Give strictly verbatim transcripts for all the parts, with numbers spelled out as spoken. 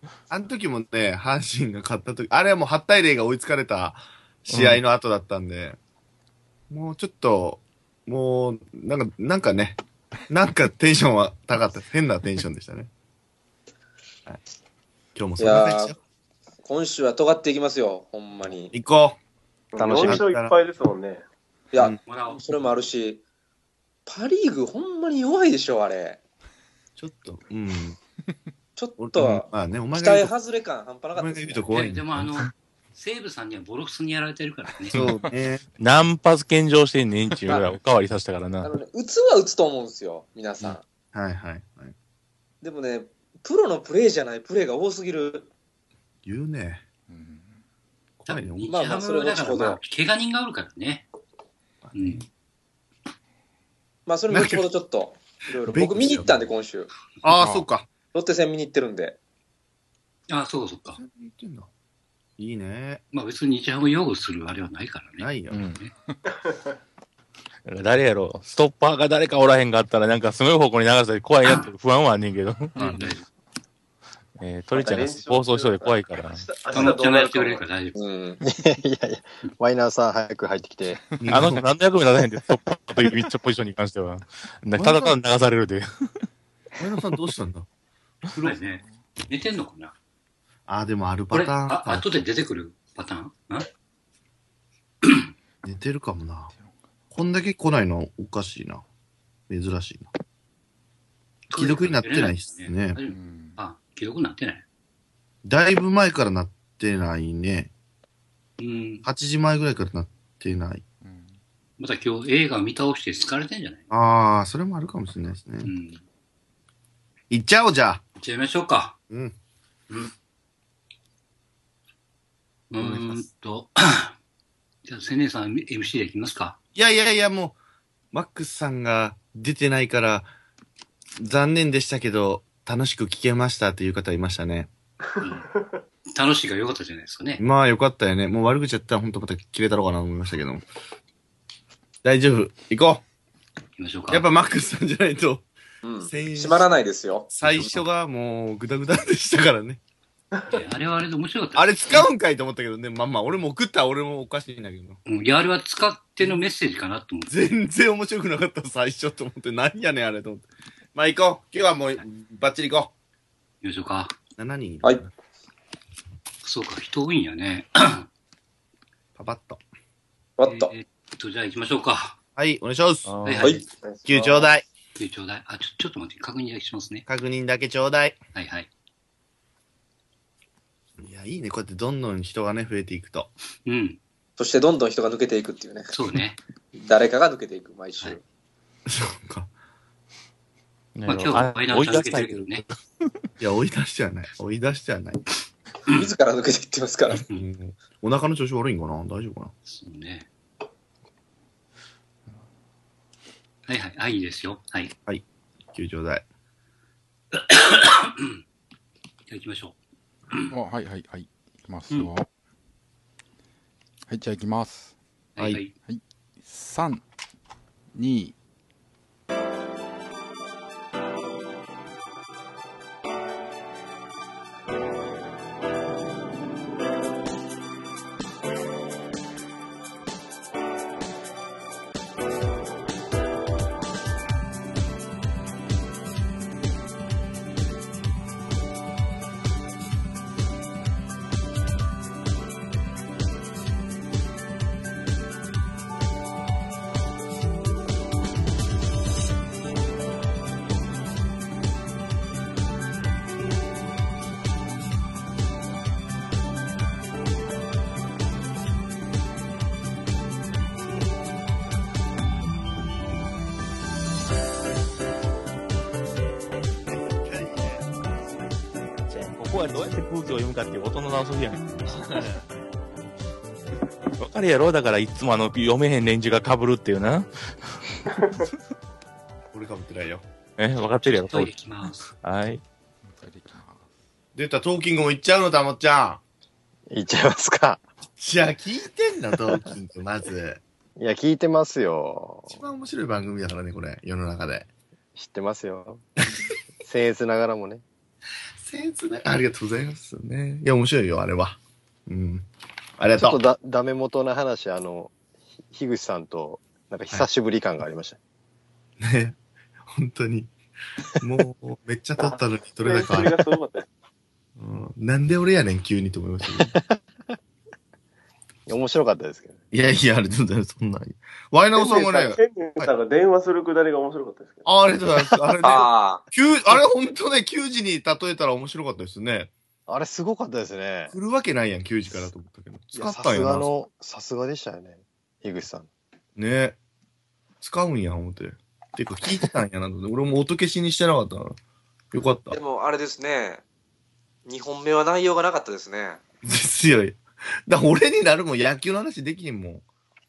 あの時もね、阪神が勝った時、あれはもうはちたいゼロが追いつかれた試合の後だったんで、うん、もうちょっと、もう、なんか、なんかね、なんかテンションは高かった。変なテンションでしたね。はい、今日もそんな感じでしょ。 今週は尖っていきますよ、ほんまに。 行こう。楽しみ。よん勝いっぱいですもんね。 いや、うん、それもあるし、パリーグほんまに弱いでしょ、あれ。 ちょっと、うん。 ちょっと、 まあね、お前期待外れ感半端なかったです、ね。 お前が言うと怖い、ね。 でもあの、西武さんにはボロクソにやられてるからね。 そうね。 何発献上してんねんちゅうぐらいおかわりさせたからな。 あのね、打つは打つと思うんですよ、皆さん。 うん、はいはいはい。 でもね、プロのプレーじゃないプレーが多すぎる。 言うね。うん、 怖いね。日ハムだから、まあ、怪我人がおるからね。うん。 まあ、それも後ほどちょっと、いろいろ。僕見に行ったんで、今週。 ああ、そうか。 ロッテ戦見に行ってるんで。 ああ、そうそうか。 いいね。 まあ別に日ハム擁護するあれはないからね。 ないよ。ねうん、誰やろストッパーが誰かおらへんかったら、なんかすごい方向に流れたり怖いなって不安はあんねんけど。うん、えー、鳥ちゃんが放送しそうで怖いから。 あのちゃんがやってくれるから大丈夫。 うん。いやいや、ワイナーさん早く入ってきて。 あの人何の役目立たへんで、ストッパーというポジションに関しては。ただただ流されるで。 ワイナーさんどうしたんだ黒いね。寝てんのかなあ、でもあるパターン。 あ、後で出てくるパターン寝てるかもな。こんだけ来ないのおかしいな。珍しいな。既読になってないっすね。 うん、あ、既読になってない。 だいぶ前からなってないね。 うん。 はちじまえぐらいからなってない。 うん、また今日映画見倒して疲れてんじゃない？ ああ、それもあるかもしれないですね。 うん。 行っちゃおう、じゃあ。 行っちゃいましょうか。 うん。 うん。うーんと。じゃあ、千年さん エムシー でいきますか？ いやいやいや、もう、マックスさんが出てないから、残念でしたけど、楽しく聞けましたっていう方いましたね。 うん、楽しいが良かったじゃないですかね。 まあよかったよね。もう悪口やったら本当また切れたろうかなと思いましたけど。大丈夫。行こう。 行きましょうか。 やっぱマックスさんじゃないと。 うん。閉まらないですよ。 最初がもうグダグダでしたからね。 あれはあれで面白かった、 ね。あれ使うんかいと思ったけどね。まあまあ、俺も送った俺もおかしいんだけど。 うん。いや、あれは使ってのメッセージかなと思って。 全然面白くなかった最初と思って。何やねんあれと思って。まあ行こう。今日はもうバッチリ行こう。 行きましょうか。 しちにんいる。 はい。 そうか、人多いんやね。 パパッと。 パッと。 えー、っと、じゃあ行きましょうか。 はい、お願いします。 はいはい。 きゅうちょうだい。 きゅうちょうだい。あ、ちょ、ちょっと待って、確認だけしますね。 確認だけちょうだい。 はいはい。 いや、いいね。こうやってどんどん人がね、増えていくと。 うん。 そしてどんどん人が抜けていくっていうね。 そうね。 誰かが抜けていく、毎週。はい、 そうか。 まあ今日は追い出してるけどね。 いや、追い出してはない。追い出してはない。 自ら抜けていってますから。 うん、お腹の調子悪いんかな大丈夫かなそうね。はいはい。あ、いいですよ。はい。 はい。きゅうちょうだい。 じゃあ行きましょう。あ、はいはいはい。いきますよ。うん、はい、じゃあ行きます。 はい。はい。 はい、さん、に、 ここはどうやって空気を読むかっていう音の遊びやねん。わかるやろだからいつもあの読めへん連中が被るっていうな。 俺被ってないよ。 え、分かってるやろトイレ行きます。 はい。 出た、トーキングも行っちゃうの、たもっちゃん。行っちゃいますか。 じゃあ聞いてんの、トーキング、まず。 いや、聞いてますよ。 一番面白い番組だからね、これ、世の中で。 知ってますよ。僭越ながらもね。 切ない。ありがとうございますね。いや、面白いよ、あれは。うん。ありがとう。 ちょっとだ、ダメ元の話、あの、ひ樋口さんと、なんか久しぶり感がありました。 はい、ね。本当に。もう、めっちゃ撮ったのに、撮れなかった。うん、なんで俺やねん、急にと思いましたけど。面白かったですけど、ね。 いやいや、あれ、そんなに。ワイナオさんもね。 ケンネンさんが電話するくだりが面白かったですけど。 あ、ありがとうございます。あれね。ああれ本当ね、きゅうじに例えたら面白かったですね。 あれすごかったですね。 来るわけないやん、きゅうじからと思ったけど。使ったんやな。 さすがの、さすがでしたよね。樋口さん。 ね。使うんや、思って。てか聞いてたんやなと。俺も音消しにしてなかったから。よかった。 でも、あれですね。にほんめは内容がなかったですね。 ですよ。だから俺になるもん、野球の話できんもん。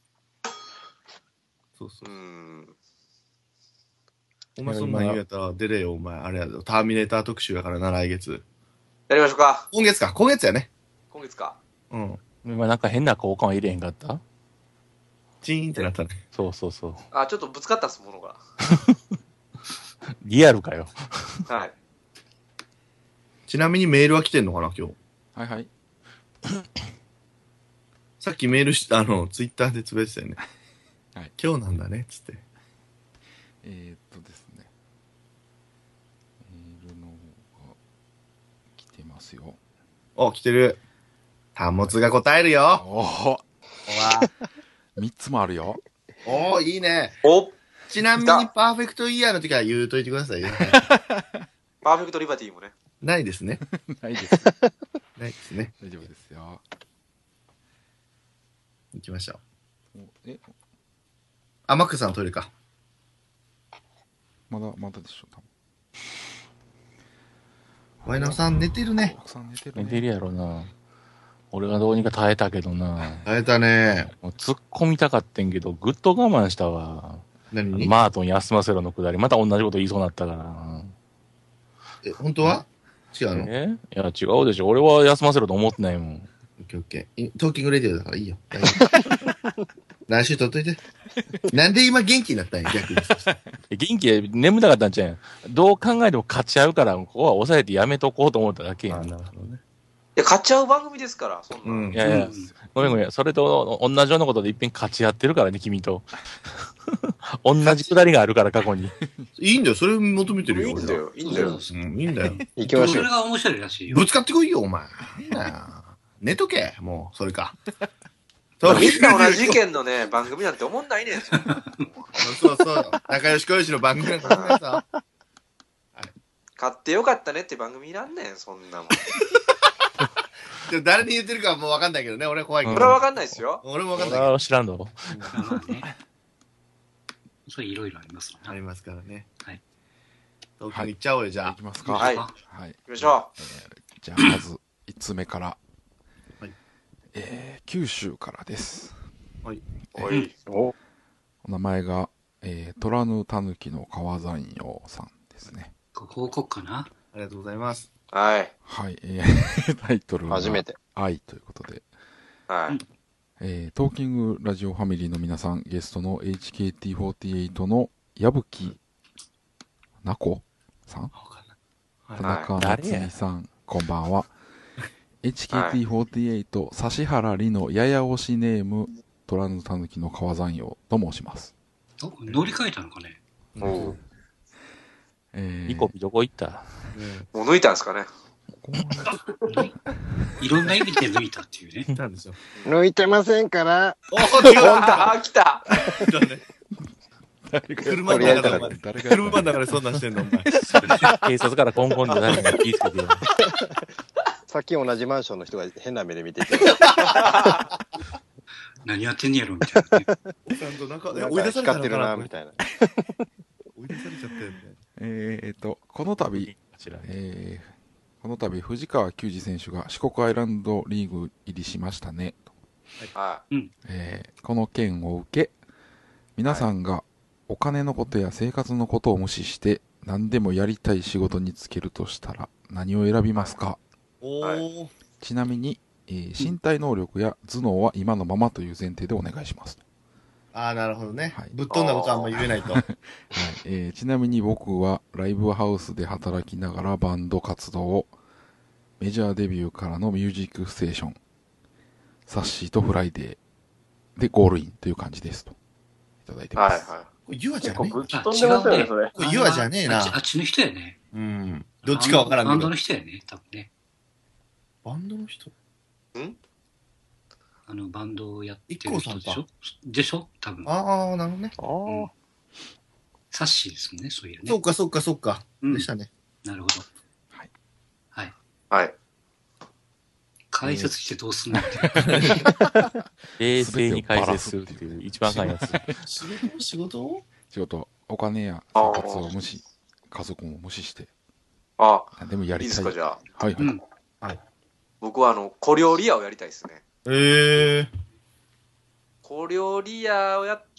そうそう。うん。お前そんなん言うやったら出れよ、お前。あれやで。ターミネーター特集やからな、来月。 やりましょうか。 今月か。今月やね。 今月か。 うん。今なんか変な交換は入れへんかった？ チーンってなったね。 そうそうそう。 あ、ちょっとぶつかったっす、ものが。 リアルかよ。 はい。 ちなみにメールは来てんのかな、今日。 はいはい。 さっきメールした、あの、ツイッターでつぶやいてたよね。 はい。 今日なんだね、つって。 えー、っとですね。メールの方が来てますよ。 お、来てる。端末が答えるよ。 おお。みっつもあるよ。 おー、いいね。 おちなみにパーフェクトイヤーの時は言うといてくださいよ。 パーフェクトリバティもね。 ないですね。 ないです。 ないですね。 大丈夫ですよ。 行きましょう。 えあ、マックさんのトイレか。 まだ、まだでしょ、多分。ワイナオさん寝てるね。 さん寝てるね。寝てるやろな。俺がどうにか耐えたけどな。 耐えたね。 もう突っ込みたかってんけど、ぐっと我慢したわ。 何にマートン休ませろのくだり。また同じこと言いそうになったからな。 え、本当は違うのえいや、違うでしょ。俺は休ませろと思ってないもん。 オッケーオッケー。トーキングレディオだからいいよ。来週撮っといて。なんで今元気になったんや、逆に。 元気で眠たかったんちゃうん。どう考えても勝ち合うから、ここは抑えてやめとこうと思っただけやん。なるほどね。 いや、勝ち合う番組ですから、そんな。 うん、いやいや、ごめんごめん。それと同じようなことでいっぺん勝ち合ってるからね、君と。同じくだりがあるから、過去に。 いいんだよ、それ求めてるよ。 いいんだよ、いいんだよ。 うん、いいんだよ。 行きましょう。 それが面白いらしいよ。 ぶつかってこいよ、お前。寝とけ、もう、それか。 みんな同じ意見のね、番組なんて思んないねん。 そうそう。仲良し小良しの番組なんて思んないさ。 買ってよかったねって番組いらんねん、そんなもん。 でも誰に言ってるかはもう分かんないけどね、俺は怖いけど。 それは分かんないですよ。 俺も分かんないけど。知らんの。 それいろいろありますありますからね。 はい。 東京行っちゃおうよ、じゃあ。 行きますか。 はい。 はい。 行きましょう。 じゃあ、まず、いつつめから。 はい。 えー、九州からです。 はい。 おい。 お名前が、えー、虎ぬたぬきの川山陽さんですね。 報告かな。 ありがとうございます。 はい。 はい。えー、タイトルは、 初めて。 愛ということで。 はい。 えー、トーキングラジオファミリーの皆さん、ゲストの エイチケーティーフォーティーエイト の矢吹なこさん、田中夏美さん、こんばんは。エイチケーティーフォーティーエイト、指原里のやや推しネーム、虎のたぬきの川山陽と申します。 乗り換えたのかね。 おう。 えー、 ニコピどこ行った？ もう抜いたんですかね。 いろんな意味で抜いたっていうね。 抜いたんですよ。 抜いてませんから。 おー、違う。 あ、来た。 車の中で、車の中でそんなんしてんの、お前。 警察からコンコンで誰か気ぃつけてよ。 さっき同じマンションの人が変な目で見てて。 何やってんねやろみたいなね。 おさんとなんか、 追い出されてるな、みたいな。 追い出されちゃったよね。 えーと、この度、えー、この度、藤川球児選手が四国アイランドリーグ入りしましたね。 はい。 えー、この件を受け、皆さんがお金のことや生活のことを無視して何でもやりたい仕事に就けるとしたら何を選びますか？ おー。 ちなみに、えー、身体能力や頭脳は今のままという前提でお願いします。 ああ、なるほどね。はい、ぶっ飛んだことはあんま言えないと。はい、 えー。ちなみに僕はライブハウスで働きながらバンド活動を、メジャーデビューからのミュージックステーション、サッシーとフライデーでゴールインという感じですと。いただいてます。はいはい。 これユアじゃねえ。 ぶっ飛んでますよね、それ。 これユアじゃねえな。 あっちの人やね。 うん。どっちかわからんけど。 バンドの人やね、多分ね。 バンドの人んあの、バンドをやってる人でしょでしょ多分。 ああ、なるほどね。 ああ、 うん。サッシーですもんね、そういうね。 そうか、そうか、そうか。 うん、 でしたね。 なるほど。はい。はい。 はい。 解説してどうすんのって。 冷静に解説するっていう一番赤いやつ。 仕事仕事仕事、お金や生活を無視、家族も無視して。 ああ。 でもやりたい。いいですか、じゃあ。 はいはい。うん、 はい。 僕はあの、小料理屋をやりたいですね。 ええー。 小料理屋をやって、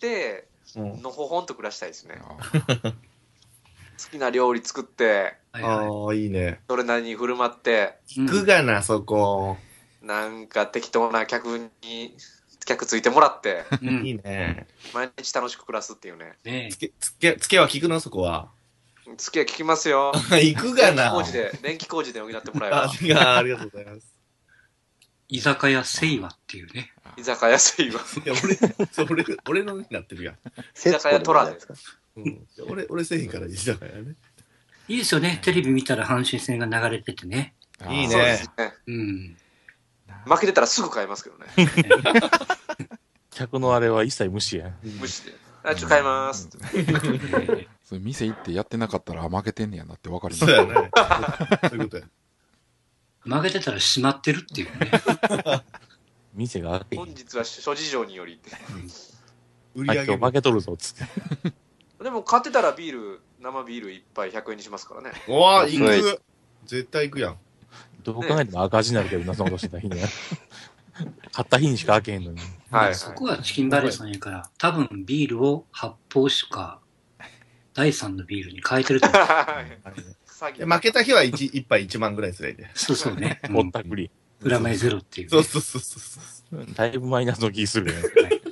のほほんと暮らしたいですね。好きな料理作って、 ああ、いいね。 それなりに振る舞って、 行くがな、そこ。 なんか適当な客に、客ついてもらって、 いいね。 毎日楽しく暮らすっていうね。 ねつけ、つけ、つけは聞くのそこは。 つけは聞きますよ。 行くがな。 電気工事で、電気工事で補ってもらえば。 あ、いや、ありがとうございます。 居酒屋セイワっていうね。 居酒屋セイワ。 いや、俺、それ、俺のになってるやん。 居酒屋トラですか。 うん。俺、俺製品から居酒屋ね。 いいですよね。テレビ見たら阪神戦が流れててね。 いいね。 そうですね。 うん。 負けてたらすぐ買いますけどね。 客のあれは一切無視や。 無視で。あ、ちょっと買いまーす。 それ店行ってやってなかったら負けてんねやなって分かります。 そうやね。そういうことや。 負けてたら閉まってるっていうね。 店が開け本日は諸事情によりって。 売り上げ負けとるぞっつって。 でも買ってたらビール、生ビール一杯ひゃくえんにしますからね。 うわー、行く。絶対行くやん。 どう考えても赤字になるけどな、そのことした日には。買った日にしか開けへんのに。 はい。 そこはチキンバレーさんやから、多分ビールを発泡酒か、だいさんのビールに変えてると思う。 負けた日は一杯いちまんぐらいするで。 そうそうね。 ぼったくり。 裏前ゼロっていう、ね。 そうそうそうそう。 だいぶマイナスの気するよね。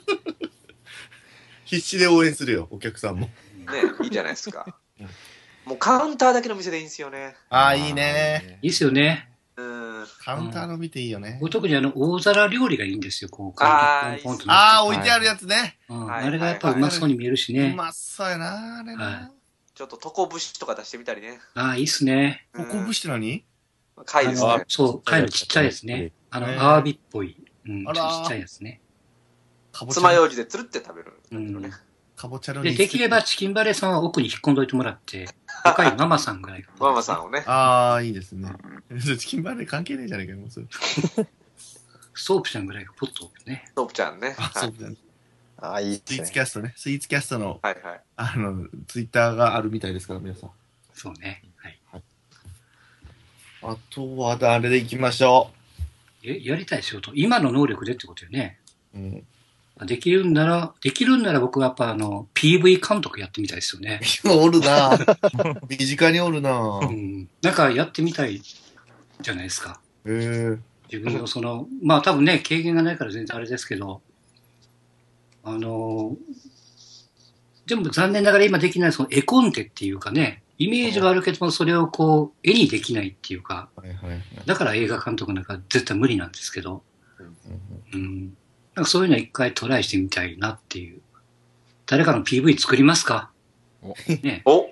必死で応援するよ、お客さんも。ねいいじゃないですか。もうカウンターだけの店でいいんですよね。 ああ、いいね。 いいですよね。 うん。 カウンターの見ていいよね。 特にあの、大皿料理がいいんですよ、こう。 ああ、置いてあるやつね。 あれがやっぱうまそうに見えるしね。 うまそうやな、あれな。 ちょっと床節とか出してみたりね。 ああ、いいっすね。 床節って何？ 貝ですね。 そう、貝のちっちゃいですね。あの、アワビっぽい。うん、ちっちゃいやつね。 爪楊枝でつるって食べる。うん。 かぼちゃので、できればチキンバレーさんは奥に引っ込んどいてもらって、若いママさんぐらい。 ママさんをね。 ああ、いいですね。チキンバレー関係ねえじゃねえかよ、もうそれ。 ソープちゃんぐらいがポッとね。 ソープちゃんね。 あ、ソープちゃん。 ああ、いいスイーツキャストね。スイーツキャストの、 はいはい。 あの、ツイッターがあるみたいですから、皆さん。 そうね。はい。はい、 あとは誰で行きましょう。え、やりたい仕事。今の能力でってことよね。 うん。 できるんなら、できるんなら僕はやっぱあの、ピーブイ 監督やってみたいですよね。 おるな身近におるなうん。なんかやってみたいじゃないですか。 へえ。 自分のその、まあ多分ね、経験がないから全然あれですけど、あの、でも残念ながら今できないその絵コンテっていうかね、イメージはあるけども、それをこう、絵にできないっていうか、 はいはいはい、 だから映画監督なんか絶対無理なんですけど、うん、なんかそういうの一回トライしてみたいなっていう。誰かの ピーブイ 作りますか？ おね。 お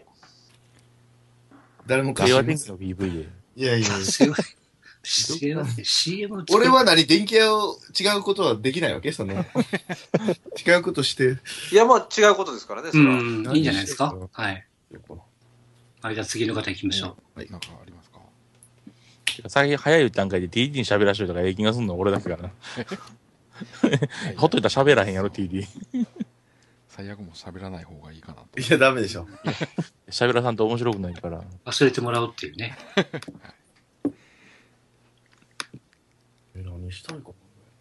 誰も会話電気の ピーブイ で。 いやいや。 シーエム俺は何電気屋を違うことはできないわけその。違うことして。 いや、まあ違うことですからね、 それは。うん、いいんじゃないですか。はい。はい、じゃあ次の方行きましょう。 はい、なんかありますか？ 最近早い段階で ティーディー に喋らしといたから、ええ気がすんの俺だけかな。ほっといたら喋らへんやろ、ティーディー。 最悪も喋らない方がいいかなと。 いや、ダメでしょ。 喋らさんと面白くないから。 忘れてもらおうっていうね。 え、何したいかな。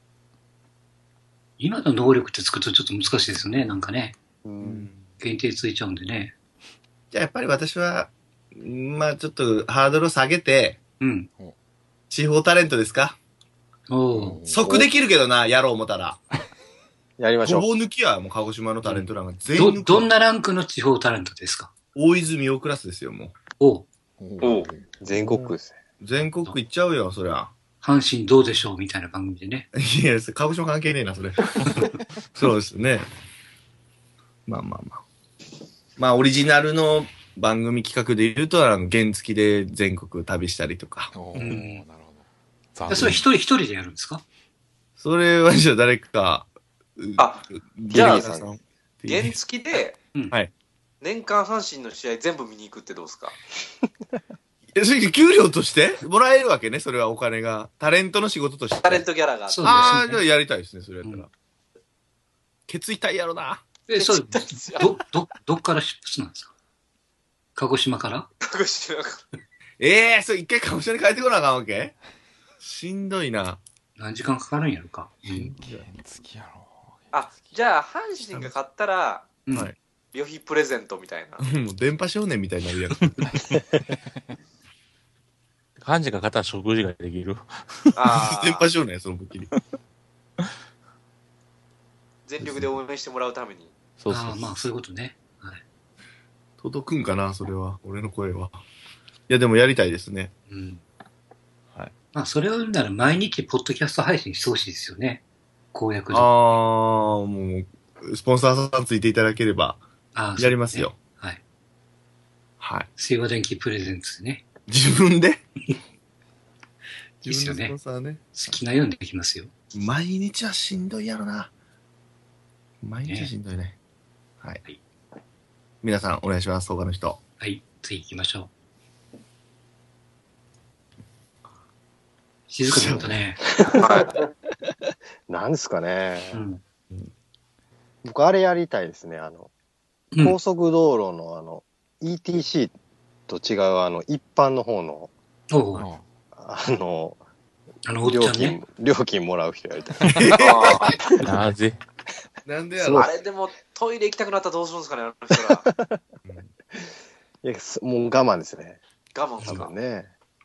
今の能力ってつくとちょっと難しいですよね、なんかね。 うん。 限定ついちゃうんでね。 じゃあやっぱり私は、まあちょっとハードルを下げて、 うん。 地方タレントですか？ お即できるけどな、やろう思ったら。 やりましょう。 ほぼ抜きや、もう鹿児島のタレント欄が全員抜ど、 く。 どんなランクの地方タレントですか？ 大泉洋クラスですよ、もおう。 おう。 全国区ですね。 う。全国区行っちゃうよ、そりゃ。 阪神どうでしょうみたいな番組でね。 いや、鹿児島関係ねえな、それ。そうですね。まあまあまあ。まあ、オリジナルの番組企画で言うと、あの、原付で全国旅したりとか。 おー、 うんなるほど。 それ一人一人でやるんですか？ それはじゃあ誰か、 あ、 じゃあ、 さん原付で、 はい。 年間阪神の試合全部見に行くってどうですか？ え、それ給料としてもらえるわけね、それはお金が。タレントの仕事として。 タレントギャラが。 そうですねああ、じゃあやりたいですね、それやったら。 うんケツ痛いやろな。 え、それ、ど、ど、どっから出発なんですか？鹿児島から鹿児島かええー、それ一回鹿児島に帰ってこなあかんわけ？しんどいな。 何時間かかるんやろか。うん。 原付やろ。 あ、じゃあ、阪神が勝ったら、 うんはい。 旅費プレゼントみたいな。 もう電波少年みたいになるやん。 漢字が勝ったら食事ができる。 あ電波あ、 少年、その時に。 全力で応援してもらうために。 そうそうああ、まあ、そういうことね。はい。 届くんかな、それは。俺の声は。いや、でもやりたいですね。 うん。 はい。 まあ、それを言うなら毎日ポッドキャスト配信してほしいですよね。公約ああ、 上。 もう、スポンサーさんついていただければ、 ああやりますよ。。 そうねはい。 はい。 清和電機プレゼンツね。 自分でいいっすよね自分のスポンサーね。 好きなようにできますよ。 毎日はしんどいやろな。毎日はしんどいね。はい。 はい皆さん、お願いします、他の人。 はい。次行きましょう。静かになったね。 はなんですかね。 うん。 僕、あれやりたいですね。あの、 うん高速道路のあの、イーティーシー と違うあの、一般の方の、 おうああの、 あのおっ料ちゃんね。 金、料金もらう人やりたい。 い。あなぜなんでやろーあれでもトイレ行きたくなったらどうするんですかね、あの人ら。 いや、すもう我慢ですね。多我慢すか分。ね。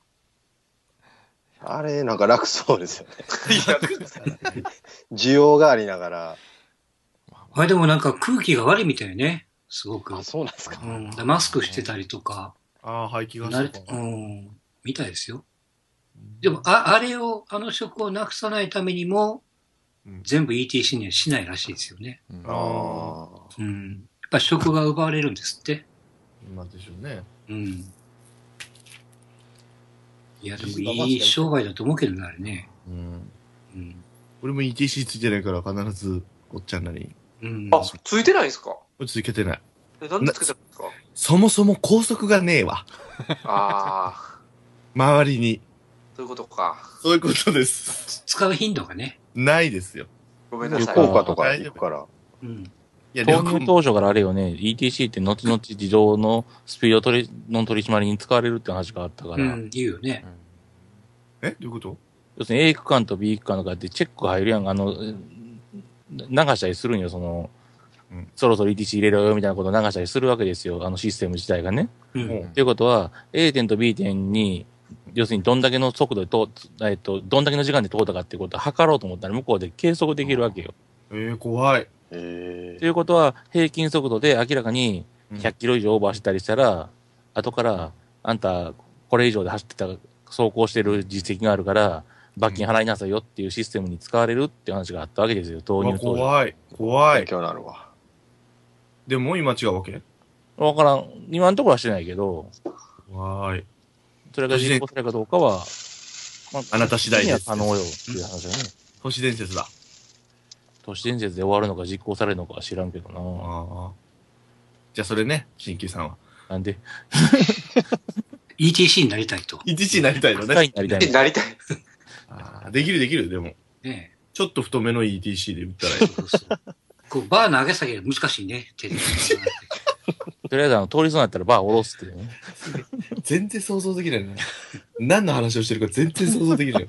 あれ、なんか楽そうですよね。 いや、 需要がありながら。 あれでもなんか空気が悪いみたいね。すごく。 あ、そうなんですか。 うん。でマスクしてたりとか、 ああ、排気ガ慣れて、 スとか。 うん。みたいですよ。でも、あ、あれを、あの職をなくさないためにも、 うん全部 イーティーシー にはしないらしいですよね。 うんああ。 うん。やっぱ職が奪われるんですって。 なんでしょうね。 うん。いや、でもいい商売だと思うけどね、あれね。 うん。 うん。 俺も イーティーシー ついてないから必ず、おっちゃんなり。 うん。 あ、ついてないんですか？ つけてない。 え、なんでつけたんですか？ そもそも高速がねえわ。 ああ、 周りに。 そういうことか。 そういうことです。 使う頻度がね。 ないですよ。 旅ごめんなさい。 行かとか行くから。 うん。 いや、 投旅行入当初からあれよね、イーティーシー って後々自動のスピード取りの取り締まりに使われるって話があったから、 うん、言うよね。 えどういうこと要するに A 区間と B 区間とかってチェックが入るやん。あの、流したりするんよ、その、 うんそろそろ イーティーシー 入れろよみたいなことを流したりするわけですよ、あのシステム自体がね。 うん。 うんということは、A 点と B 点に、要するにどんだけの速度で通っ、えっと、どんだけの時間で通ったかっていうことを測ろうと思ったら向こうで計測できるわけよ。 えー、怖い。 えということは、平均速度で明らかにうんひゃっキロ以上オーバーしてたりしたら、後から、あんた、これ以上で走ってた、走行してる実績があるから、罰金払いなさいよっていうシステムに使われるっていう話があったわけですよ、投うわ入当時。 怖い。怖勉い。 強になるわ。 でも今違うわけわからん。今のところはしてないけど、 怖い。 それが実行されるかどうかは、まあなた次第です的には可能よっていう話だね。 都市伝説だ。 都市伝説で終わるのか実行されるのかは知らんけどな。 ああ。じゃあそれね、新旧さんは。 なんで、 イーティーシー になりたいと。 いちいちになりたいのね。 深いになりたいの。 なりたい。 あーできるできる、でも。 ねちょっと太めの イーティーシー で打ったらいい。 そうそう。こう、バーの上げ下げが難しいね、手で。 とりあえずあの、通りそうになったらバー下ろすっていうね。 全然想像できないね。何の話をしてるか全然想像できない。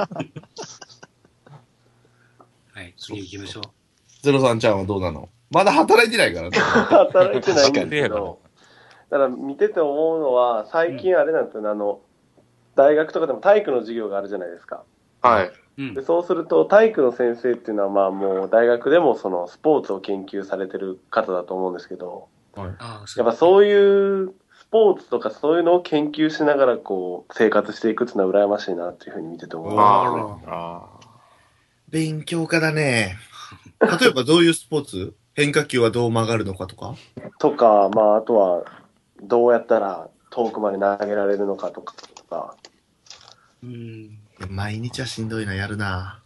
はい、次行きましょう。 ゼロさんちゃんはどうなのまだ働いてないからね。 働いてないんです確かにけど、だから見てて思うのは、最近あれなんですよね、あの、大学とかでも体育の授業があるじゃないですか。 はい。 でそうすると体育の先生っていうのはまあもう大学でもそのスポーツを研究されてる方だと思うんですけど、はい、やっぱそういうスポーツとかそういうのを研究しながらこう生活していくっていうのは羨ましいなっていうふうに見てて思います、ね。ああ、 勉強家だね。例えばどういうスポーツ？変化球はどう曲がるのかとかとか、まああとはどうやったら遠くまで投げられるのかとかとか。 うん、毎日はしんどいな、やるな。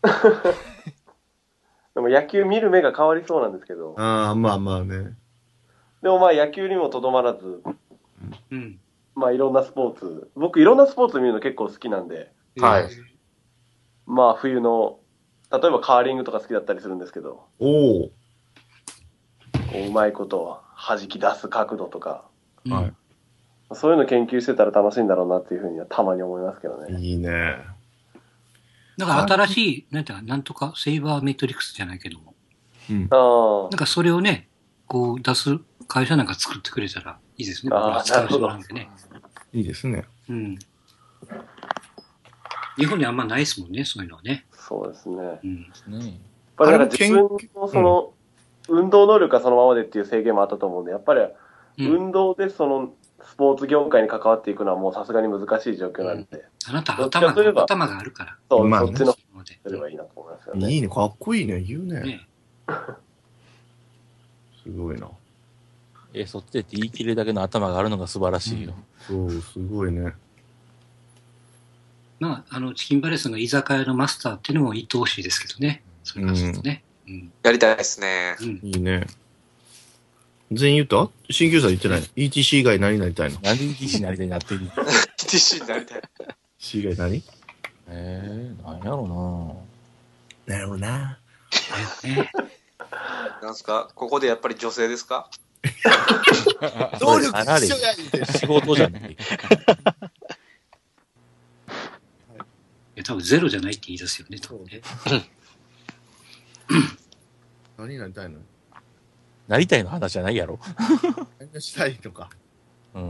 でも野球見る目が変わりそうなんですけど。 ああ、まあまあね。 でもまあ野球にもとどまらず、うん、まあいろんなスポーツ、僕いろんなスポーツ見るの結構好きなんで、はい。まあ冬の、例えばカーリングとか好きだったりするんですけど、おお。こううまいこと弾き出す角度とか、はい。そういうの研究してたら楽しいんだろうなっていうふうにはたまに思いますけどね。 いいね。 なんか新しい、なんていうか、なんとかセイバーメトリクスじゃないけども。うん。ああ。なんかそれをね、こう出す会社なんか作ってくれたらいいですね。ああ、なるほど。ね。 いいですね。 うん。日本にあんまないですもんね、そういうのはね。 そうですね。うん。ね。やっぱりなんか自分のその、運動能力がそのままでっていう制限もあったと思うんで、やっぱり運動でその、スポーツ業界に関わっていくのはもうさすがに難しい状況なんで。うん、 あなた頭が、頭があるから。 そう、まあ、そっちの方すればいいなと思いますよね。 いいね、かっこいいね、言うね。ねすごいな。 え、そっちでって言い切れるだけの頭があるのが素晴らしいよ。 うん、そう、すごいね。 まあ、あの、チキンバレスの居酒屋のマスターっていうのも言ってほしいですけどね。それからするとね。 うんうん、やりたいですね。 うん、いいね。全員言った新旧さん言ってない。イーティーシー 以外何になりたいの？ 何で イーティーシー になりたいなってるイーティーシー になりたい。 C 以外何？ えー、何やろうな。なるほどな。 なんすかここでやっぱり女性ですか？ 能力一緒やん。 仕事じゃない。いや、多分ゼロじゃないって言い出すよね、多分ね。 何になりたいの？ なりたいの話じゃないやろ。 何したいとか。 うん。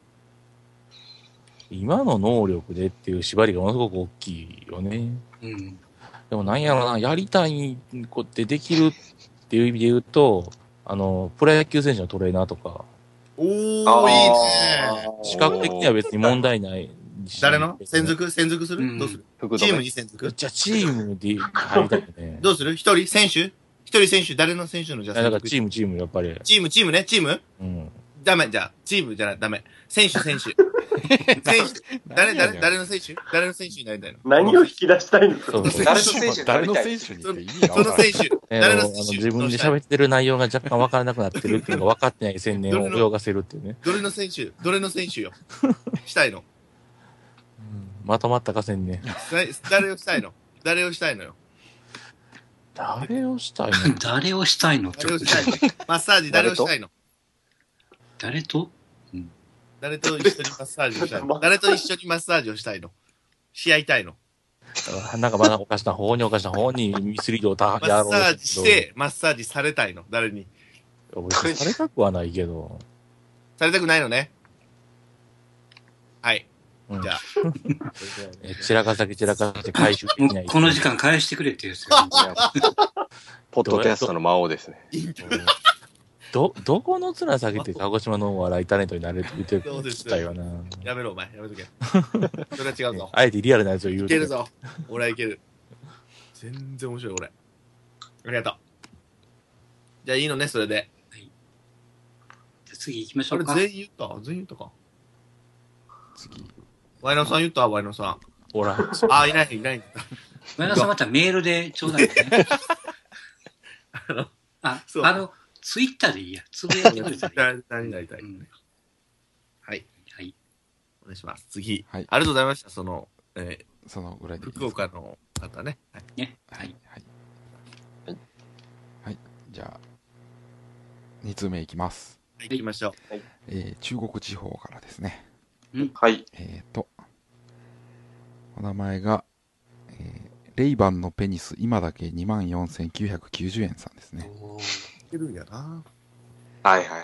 今の能力でっていう縛りがものすごく大きいよね。うん。でもなんやろな、やりたいことってできるっていう意味で言うと、あの、プロ野球選手のトレーナーとか。 おー、いいね。 視覚的には別に問題ない。 誰の専属専属する、うん、どうするチームに専属じゃあチームで入りたいよね。 どうする一人選手一人選手誰の選手のじゃあだからチームチームやっぱり。 チームチームね、チームうん。ダメ、じゃあ、チームじゃない、ダメ。選手選手。選手。誰誰誰の選手誰の選手になりたいの何を引き出したいの誰の選手誰の選手にって意味がその選手。誰の選手自分で喋ってる内容が若干分からなくなってるっていうのが分かってない宣伝を泳がせるっていうね。 どれの選手どれの選手よしたいのまとまったかせんね。 誰をしたいの誰をしたいのよ。 誰をしたいの誰をしたいの誰をしたいのマッサージ誰をしたいの誰と、 うん、誰と一緒にマッサージをしたいの誰と一緒にマッサージをしたいの試合たいのなんかまだおかしな方におかしな方にミスリードをたやろうマッサージしてマッサージされたいの誰にされたくはないけどされたくないのねはい、うん、じゃあ散らか先散らかして回収できないこの時間返してくれって言うんですよポッドキャストの魔王ですねど、どこの面下げて鹿児島のお笑いタレントになれるって言ってるしたいわな。 やめろお前、やめとけ。それは違うぞ。 あえてリアルなやつを言う。 いけるぞ。俺はいける。全然面白い俺。ありがとう。じゃあいいのね、それで。はい。じゃあ次行きましょうか。 あれ全員言った全員言ったか次。ワイナさん言ったワイナさん。 ほら。 あ、いない、いない。 ワイナさんまたメールでちょうだいね。あの、あ、あの、ツイッターでいいや。つぶやいてくれたらいい。 何になりたい、うん、はい。 はい。 お願いします。次。はい。ありがとうございました。その、えー、そのぐらいでいい福岡の方ね。 はい。ね。はい。 はい。はい。はい。じゃあ、に通目いきます。 はい。行きましょう。 はい。えー、中国地方からですね。 うん。はい。 えっと、お名前が、えー、レイバンのペニス、今だけ にまんよんせんきゅうひゃくきゅうじゅうえんさんですね。 おいけるんやな。 はいはいはい。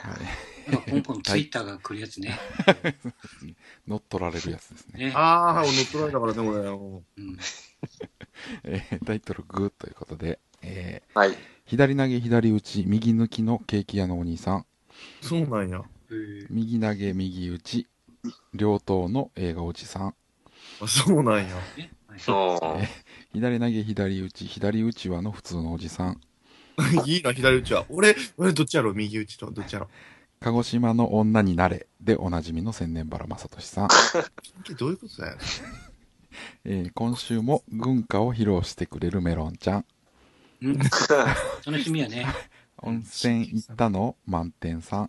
なんかポンポンツイッターが来るやつね。 乗っ取られるやつですね。 ねああ、乗っ取られたからね、これ。うん、 えー、タイトルグーということで、えーはい。 左投げ左打ち右抜きのケーキ屋のお兄さん。 そうなんや。 右投げ右打ち両党の映画おじさん。 あ、そうなんや。 そう。 えー左投げ左打ち左打ちはの普通のおじさん。 いいな、左打ちは。俺、俺どっちやろ右打ちとどっちやろ鹿児島の女になれでおなじみの千年原正俊さん。 どういうことだよ。 えー今週も軍歌を披露してくれるメロンちゃん。 うん楽しみやね。 温泉行ったの満点さん。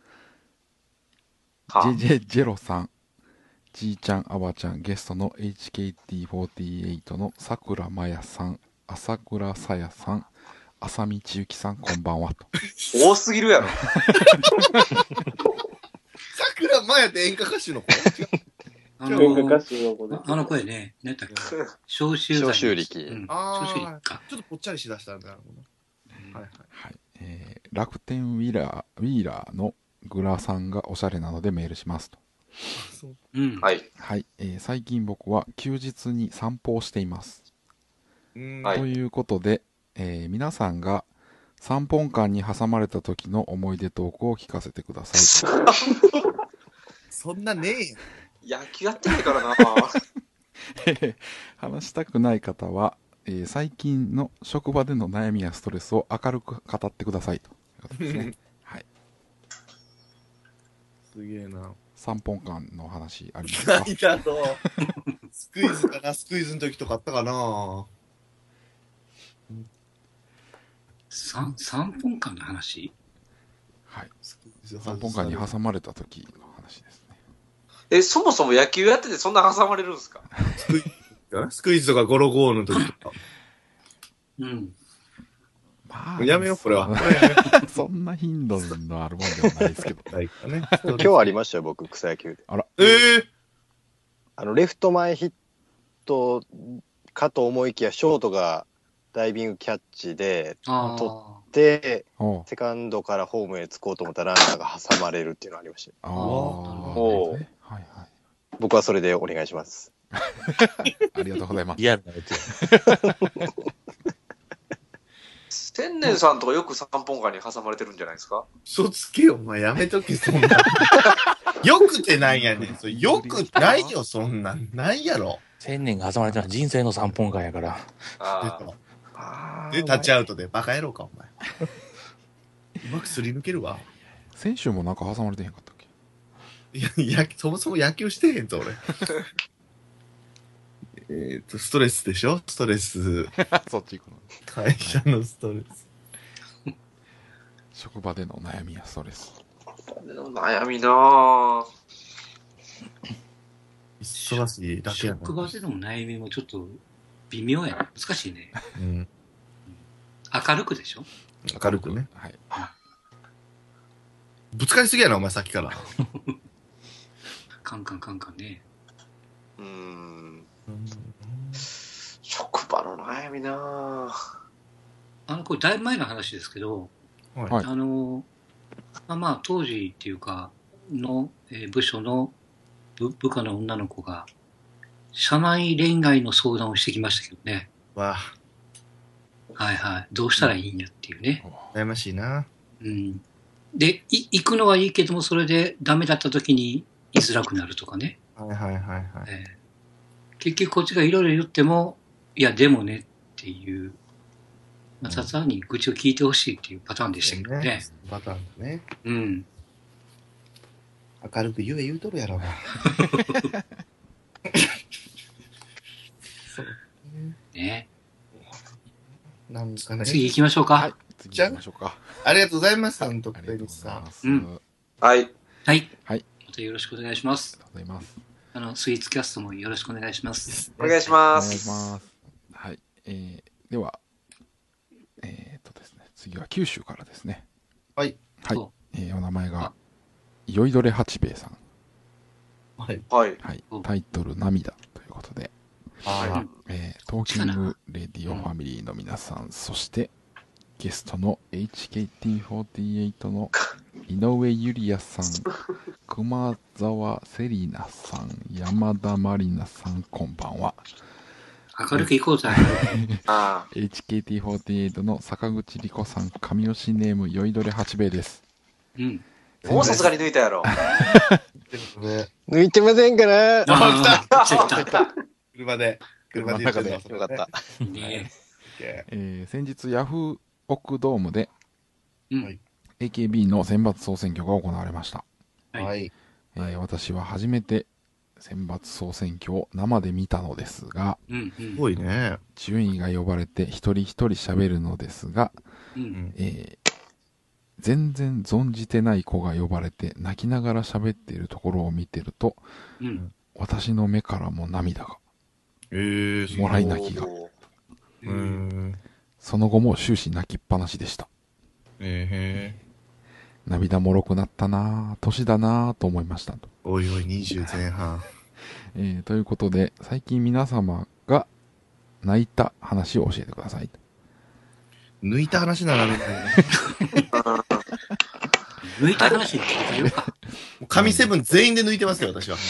はジェジェジェロさん。じいちゃんあばちゃんゲストの エイチケーティーフォーティーエイト のさくらまやさん、朝倉さやさん、浅見千幸さんこんばんはと。 多すぎるやろ。 桜まやって演歌歌手の子あの演歌歌手の子で。 あの声ね、何だっけ消臭剤。 消臭力うんあー消臭力か。 ちょっとぽっちゃりしだしたんだろうな。はいはい。 はい。えー楽天ウィーラー、ウィーラーのグラさんがおしゃれなのでメールしますと。 そううん。 はい。 はい。えー最近僕は休日に散歩をしています。 うんはいということで、えー皆さんが三本間に挟まれた時の思い出トークを聞かせてください。 そんなねえよ。 野球やってないからな。 話したくない方は、えー最近の職場での悩みやストレスを明るく語ってくださいということですね。はい。 すげえな。 三本間の話ありますか？ 何だろう。スクイズかなスクイズの時とかあったかな三三本間の話。 はい。 スクイズ三本間に挟まれた時の話ですね。 え、そもそも野球やっててそんな挟まれるんですか？ スクイズかなスクイズとかゴロゴーの時とか。 うん。 まあ、 やめよう、これは。これやめよそんな頻度のあるもんではないですけど。 うないかね。 今日ありましたよ、僕、草野球で。 あら、 ええあの、レフト前ヒットかと思いきや、ショートがダイビングキャッチで、 あ取あ。 で、 おうセカンドからホームへ着こうと思ったらランナーが挟まれるっていうのがありました。 ああ、 おうねはいはい。 僕はそれでお願いします。 ありがとうございます。 リアルなやつや。 千年さんとかよく三本間に挟まれてるんじゃないですか？ 嘘つけよ、お前やめとけ、そんな。よくてなんやねん。それよくないよ、そんなん。ないやろ。 千年が挟まれたのは人生の三本間やから。 あ出あ。 たで、タッチアウトで。バカ野郎か、お前。うまくすり抜けるわ。 先週もなんか挟まれてへんかったっけ？ いや、いや、そもそも野球してへんぞ、俺。えっと、ストレスでしょストレス。 そっち行くの。 会社のストレス。 職場での悩みやストレス。 悩みなぁ。 忙しいだけやな。 職場での悩みもちょっと微妙やな。難しいね。 うん。 明るくでしょ？ 明るくね。 はい。 ぶつかりすぎやな、お前さっきから。 カンカンカンカンね。 うーん。職場の悩みなぁ。 あの、これだいぶ前の話ですけど、 はいあの、まあまあ当時っていうか、の、えー部署の部部下の女の子が、社内恋愛の相談をしてきましたけどね。 わあ、 はいはい。どうしたらいいんやっていうね。 悩ましいな。 うん。で、い行くのはいいけども、それでダメだった時に居づらくなるとかね。 はいはいはいはい。 えー結局こっちがいろいろ言っても、いや、でもねっていう、まあ、ただに愚痴を聞いてほしいっていうパターンでしたけどね。 パターンだね。 うん。 明るく言え言うとるやろな。そうね。 なんかね。 次行きましょうか。 はい。次行きましょうか。 ありがとうございます、本当ありがとうごにさざいま。す。 うんはい。 はい。 はい。 またよろしくお願いします。 ありがとうございます。 あの、スイーツキャストもよろしくお願いします。 お願いしお願いします。 ます。はい。えー、では、えー、っとですね、次は九州からですね。 はい。 はいお。 えー、お名前が、酔いどれ八兵衛さん。 はい。 はい。 はいお。 タイトル、涙ということで、 はえー、トーキングレディオファミリーの皆さん、そして、ゲストの エイチケーティーフォーティーエイト の井上ゆりやさん、熊沢セリナさん、山田まりなさん、こんばんは。 明るくいこうぜ。 ああ。エイチケーティーフォーティーエイト の坂口理子さん、神吉ネーム、酔いどれ八兵衛です。 うん。もうさすがに抜いたやろ。 抜いてませんかな。あ、 来た。車で。車で言ってるの。よかった。 えー、先日、ヤフーオクドームで、うん、エーケービー の選抜総選挙が行われました。はい。えー、私は初めて選抜総選挙を生で見たのですが、 すごいね。 順位が呼ばれて一人一人喋るのですが、うんえー、全然存じてない子が呼ばれて泣きながら喋っているところを見てると、うん、私の目からも涙が、えー、もらい泣きが、えー、その後も終始泣きっぱなしでした。えー涙もろくなったなぁ、年だなぁと思いましたと。 おいおい、にじゅう前半。 えー、ということで、最近皆様が泣いた話を教えてください。 抜いた話ならね。 抜いた話に聞いたよか。 神セブン全員で抜いてますよ、私は。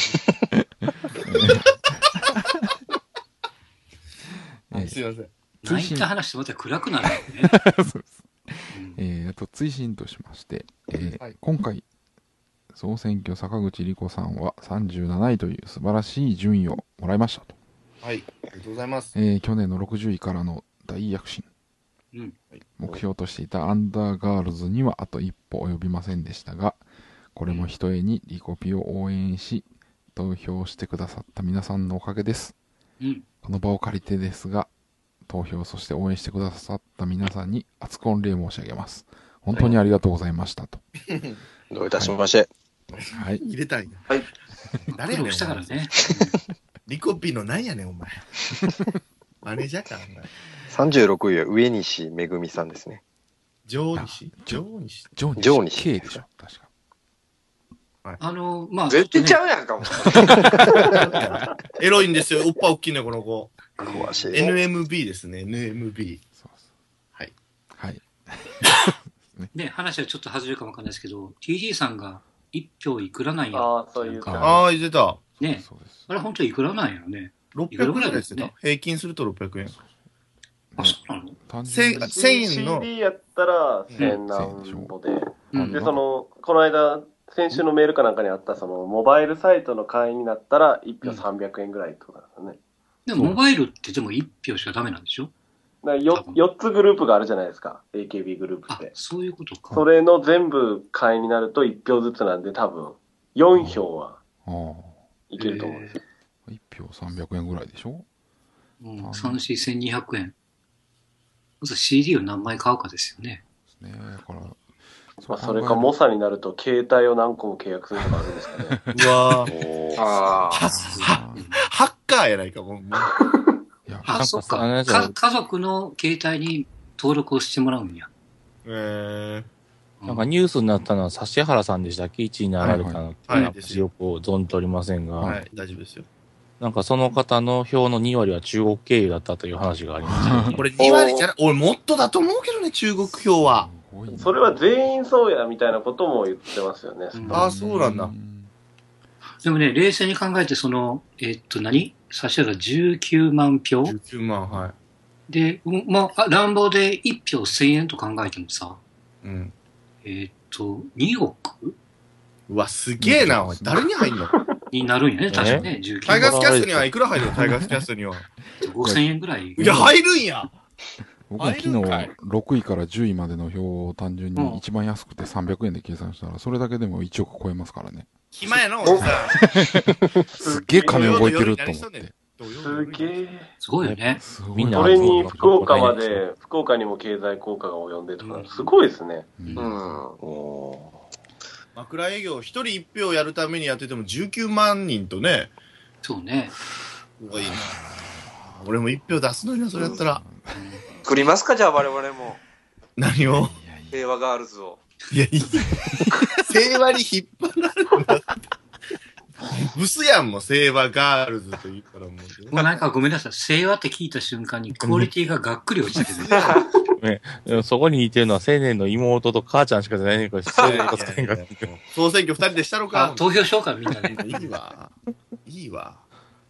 えー、すいません。 泣いた話ってまた暗くなるよね。そうです。 えー、あと追伸としまして、えーはい、今回総選挙坂口理子さんはさんじゅうなないという素晴らしい順位をもらいましたと。 はい、ありがとうございます。 えー、去年のろくじゅういからの大躍進、うん、目標としていたアンダーガールズにはあと一歩及びませんでしたが、これもひとえにリコピを応援し投票してくださった皆さんのおかげです、うん、この場を借りてですが、投票そして応援してくださった皆さんに厚く御礼申し上げます。本当にありがとうございましたと。 どういたしまして。 はい。 入れたいな。 はい。誰やねん。したからね。 リコピのなんやねんお前。マネージャーかお前。 さんじゅうろくいは上西めぐみさんですね。 上西上西上西。 上西。 K でしょ確か。 はい、あのまあ絶対ちゃうやんかも。 エロいんですよ。おっぱい大きいねこの子。 詳しい。 エヌエムビー ですね。エヌエムビー。そうそうはい。 はい。 ね、話はちょっと外れるかもわかんないですけど、ティージー さんがいっぴょういくらなんや。 ああ、そういうか。 ああ、言ってた。 ね。あれ本当にいくらなんやろね。 ろっぴゃくえんぐらいですね。平均するとろっぴゃくえん。 あ、そうなの？ せんえんの。 シーディー やったらせんなんぼで。うん、で、その、この間、先週のメールかなんかにあった、その、モバイルサイトの会員になったらいっぴょうさんびゃくえんぐらいってことなんですよね。 でも、モバイルってでもいち票しかダメなんでしょ？ だよよっつグループがあるじゃないですか。エーケービー グループって。 そういうことか。 それの全部会員になるといち票ずつなんで多分よん票はいけると思うんですよ。 いち票さんびゃくえんぐらいでしょ？ うん。さん、よん、せんにひゃくえん。まず シーディー を何枚買うかですよね。 ねえ、だから。 まあ、それか、モサになると、携帯を何個も契約するとかあるんですかね。 うわぁ。ああ。ハッカーやないか、もう。 あ、そっか。か家族の携帯に登録をしてもらうんや。 えー。なんかニュースになったのは、指原さんでしたっけ？ いち 位になられたのって、はいはい、よく存じておりませんが。 はい、大丈夫ですよ。 なんかその方の票のにわりは中国経由だったという話がありました。 これにわりじゃない、俺もっとだと思うけどね、中国票は。 それは全員そうやみたいなことも言ってますよね。 ああ、そうなんだ。 でもね、冷静に考えて、その、えー、っと何、指原じゅうきゅうまんひょう？ じゅうきゅうまん、はい。 で、まあ、乱暴でいち票せんえんと考えてもさ、うん。えー、っと、におく？ うわ、すげえな、おい。誰に入んのになるんやね、確かね、じゅうきゅうまん。 タイガースキャストにはいくら入るのタイガースキャストには。 ごせんえんぐらい。 いや、入るんや僕も昨日ろくいからじゅういまでの表を単純に一番安くてさんびゃくえんで計算したら、それだけでもいちおく超えますからね。 暇やのおさすっげえ金動いてると思って。 すげえ。 すごいよね。 みんな。それに福岡まで、福岡にも経済効果が及んでとか、すごいですね。うん。お枕営業一人一票やるためにやっててもじゅうきゅうまんにんとね。 そうね。 すごいな。俺も一票出すのにな、それやったら。 作りますか、じゃあ我々も。 何を？ 平和ガールズを。 いや、いい。平和に引っ張られるんだって。ブスやんも平和ガールズと言ったらもう。 もうなんかごめんなさい。平和って聞いた瞬間にクオリティががっくり落ちたけどね。ね、そこにいてるのは青年の妹と母ちゃんしかじゃないねんから、失礼なこと使えんかって。 総選挙二人でしたのか。 投票しようか、みんなね。 いいわ。いいわ。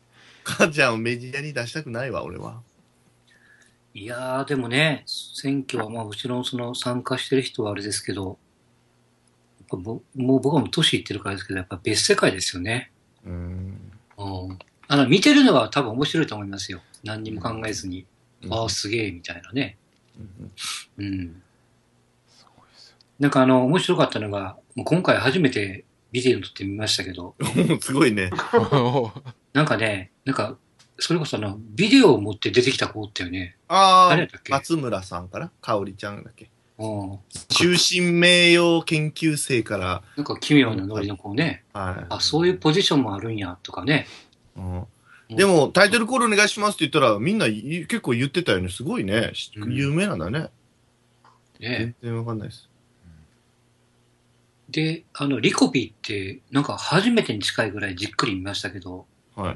母ちゃんをメディアに出したくないわ、俺は。 いやー、でもね、選挙はまあもちろんその参加してる人はあれですけど、やっぱぼもう僕はもう年いってるからですけど、やっぱ別世界ですよね。 うん。 うん。あの、見てるのは多分面白いと思いますよ。何にも考えずに。うん、ああ、すげえ、みたいなね。うん。うん。なんかあの、面白かったのが、もう今回初めてビデオ撮ってみましたけど。 すごいね。 なんかね、なんか、それこそあの、ビデオを持って出てきた子ってよね。 ああ、松村さんかなかおりちゃんだっけ。中心名誉研究生から。 なんか奇妙なノリの子ね。はい。あ、そういうポジションもあるんや、とかね。 うん。でも、タイトルコールお願いしますって言ったら、みんな結構言ってたよね。すごいね。うん、有名なんだね。ね全然わかんないです。 で、あの、リコピーって、なんか初めてに近いぐらいじっくり見ましたけど。はい。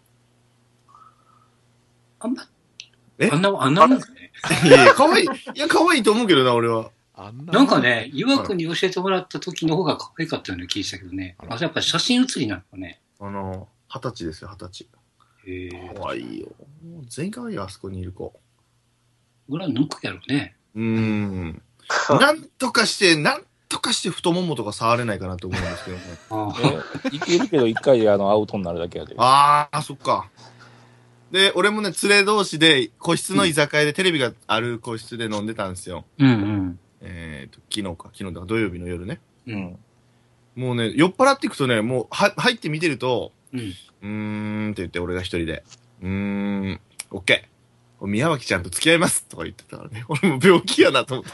あんま、えあんな、あんなもんですね。 いやいや、かわいい。いや、かわいいと思うけどな、俺は。 あんななんかね、岩くんに教えてもらった時の方が可愛かったような気がしたけどね。あ、やっぱ写真写りなのかね。 あの、二十歳ですよ、二十歳。へえ。かわいいよ。全員かわいいよ、あそこにいる子。 俺は抜くやろね。 うーん。なんとかして、なんとかして太ももとか触れないかなと思うんですけどね。 ああ。いけるけど、一回であの、アウトになるだけやで。 ああ、そっか。で、俺もね、連れ同士で、個室の居酒屋でテレビがある個室で飲んでたんですよ。うんうん。えっと、昨日か、昨日だ、土曜日の夜ね。うん。もうね、酔っ払っていくとね、もう、は、入って見てると、うん。うーんって言って、俺が一人で、うーん、オッケー。宮脇ちゃんと付き合いますとか言ってたからね。俺も病気やなと思って。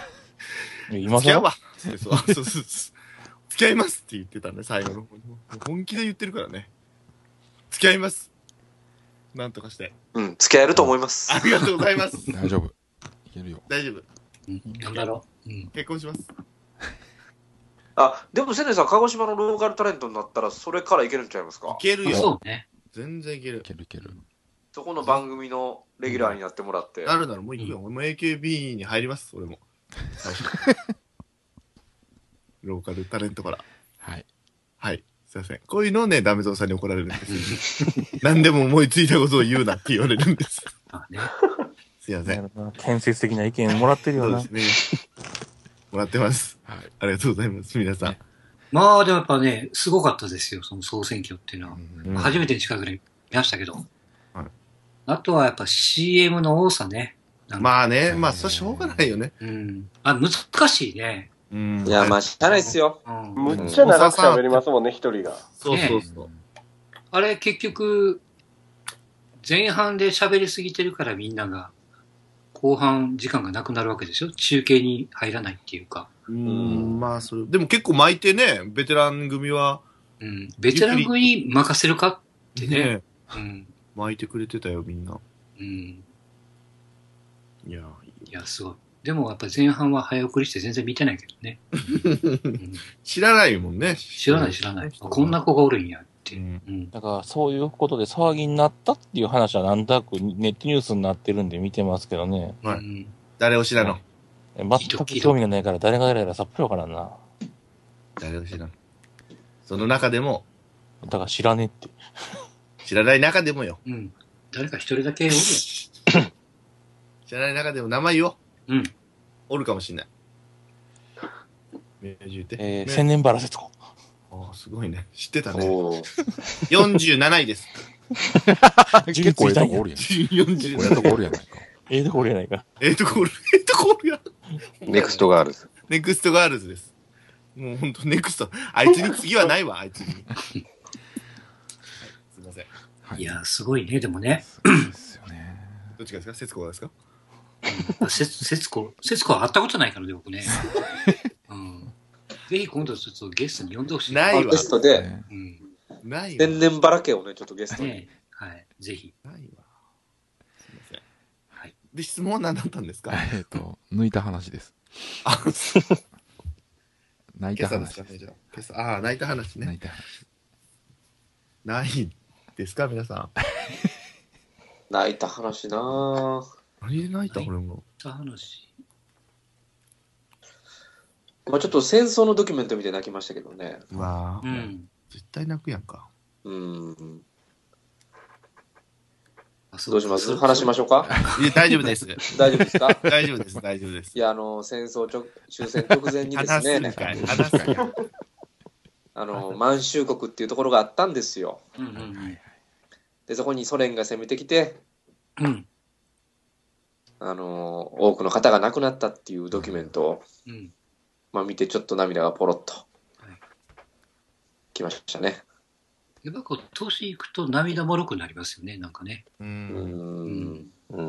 今付き合うわ。そうそうそうそう。付き合いますって言ってたね、最後の方に。本気で言ってるからね。付き合います。なんとかして。 うん、付き合えると思います。 ありがとうございます。 大丈夫。いけるよ。 大丈夫。 うん、頑張ろう。 うん、結婚します。 あ、でも、セネさん、鹿児島のローカルタレントになったら、それからいけるんちゃいますか？ いけるよ。 そうね。 全然いける。いけるいける。 そこの番組のレギュラーになってもらって。 なるならもう行くよ。俺も エーケービー に入ります、俺も。最初。ローカルタレントから。 はい。 はい。すいません。こういうのをね、ダメゾウさんに怒られるんですよ。何でも思いついたことを言うなって言われるんです。あね、すいません。 建設的な意見もらってるよな。 そうですね。もらってます。はい。ありがとうございます、皆さん。 まあ、でもやっぱね、すごかったですよ、その総選挙っていうのは。うん、初めてに近いぐらい見ましたけど。はい、あとはやっぱ シーエム の多さね。 まあね、まあ、それしょうがないよね。 うん。あ、難しいね。 うん、いや、まあ、しゃあないっすよ。 うん、むっちゃ長く喋りますもんね、一人が。 そうそうそう。ね、 あれ、結局、前半で喋りすぎてるからみんなが、後半時間がなくなるわけでしょ？中継に入らないっていうか。 うん、まあ、それ、でも結構巻いてね、ベテラン組は。 うん、ベテラン組に任せるかってね。ねうん。巻いてくれてたよ、みんな。うん。いや、 いや、すごい。でもやっぱ前半は早送りして全然見てないけどね。 うん、知らないもんね。 知らない知らない。こんな子がおるんやって。 うんうん、だからそういうことで騒ぎになったっていう話はなんとなくネットニュースになってるんで見てますけどね。 はい。うん、誰推しなの？ 全く興味がないから誰が誰がさっぱりわからんな。 誰推しなの？その中でも。 だから知らねえって。 知らない中でもよ。 うん。誰か一人だけおるよ。 知らない中でも名前言おう。 うん。 おるかもしんない。 えー、千年原節子。 ああ、すごいね。知ってたね。よんじゅうなないです。 結構ええとこおるやん。 よんじゅうなな。 ええとこおるやないか。 ええとこおるやないか。 ええとこおる、ええとこおるやん。 ネクストガールズ。 ネクストガールズです。もうほんと、ネクスト。あいつに次はないわ、あいつに。はい、すいません。 はい、いや、すごいね、でもね。 そうですよね。 どっちがですか？節子ですか？ せつこ、せつこは会ったことないからね、僕ね。うん、ぜひ今度ちょっとゲストに呼んでほしい。 ないわ。 ゲストで、 うん、 ないわ。 天然ばらけをね、ちょっとゲストに。ね、 はい、ぜひ。 ないわ。すいません。はい。で、質問は何だったんですか？ えっと、抜いた話です。 あ、 泣いた話。 今朝ですかね、今朝。ああ、泣いた話ね。 泣いた話。 ないですか、皆さん。 泣いた話なぁ。 何で泣いた？俺も。 泣いた話。 まあちょっと戦争のドキュメント見て泣きましたけどね。 まあ、 うん、 絶対泣くやんか。 うん。 どうします話しましょうかいや、大丈夫です。 大丈夫ですか大丈夫です、大丈夫です。 いや、あの、戦争直、終戦直前にですね、 話すかい話すかいあの、満州国っていうところがあったんですよ。 うんうんうん、 で、そこにソ連が攻めてきて、 うん、 あの、多くの方が亡くなったっていうドキュメントを、 うん、 まあ見てちょっと涙がポロッと、きましたね。 やっぱこう、年いくと涙もろくなりますよね、なんかね。 うん。うん。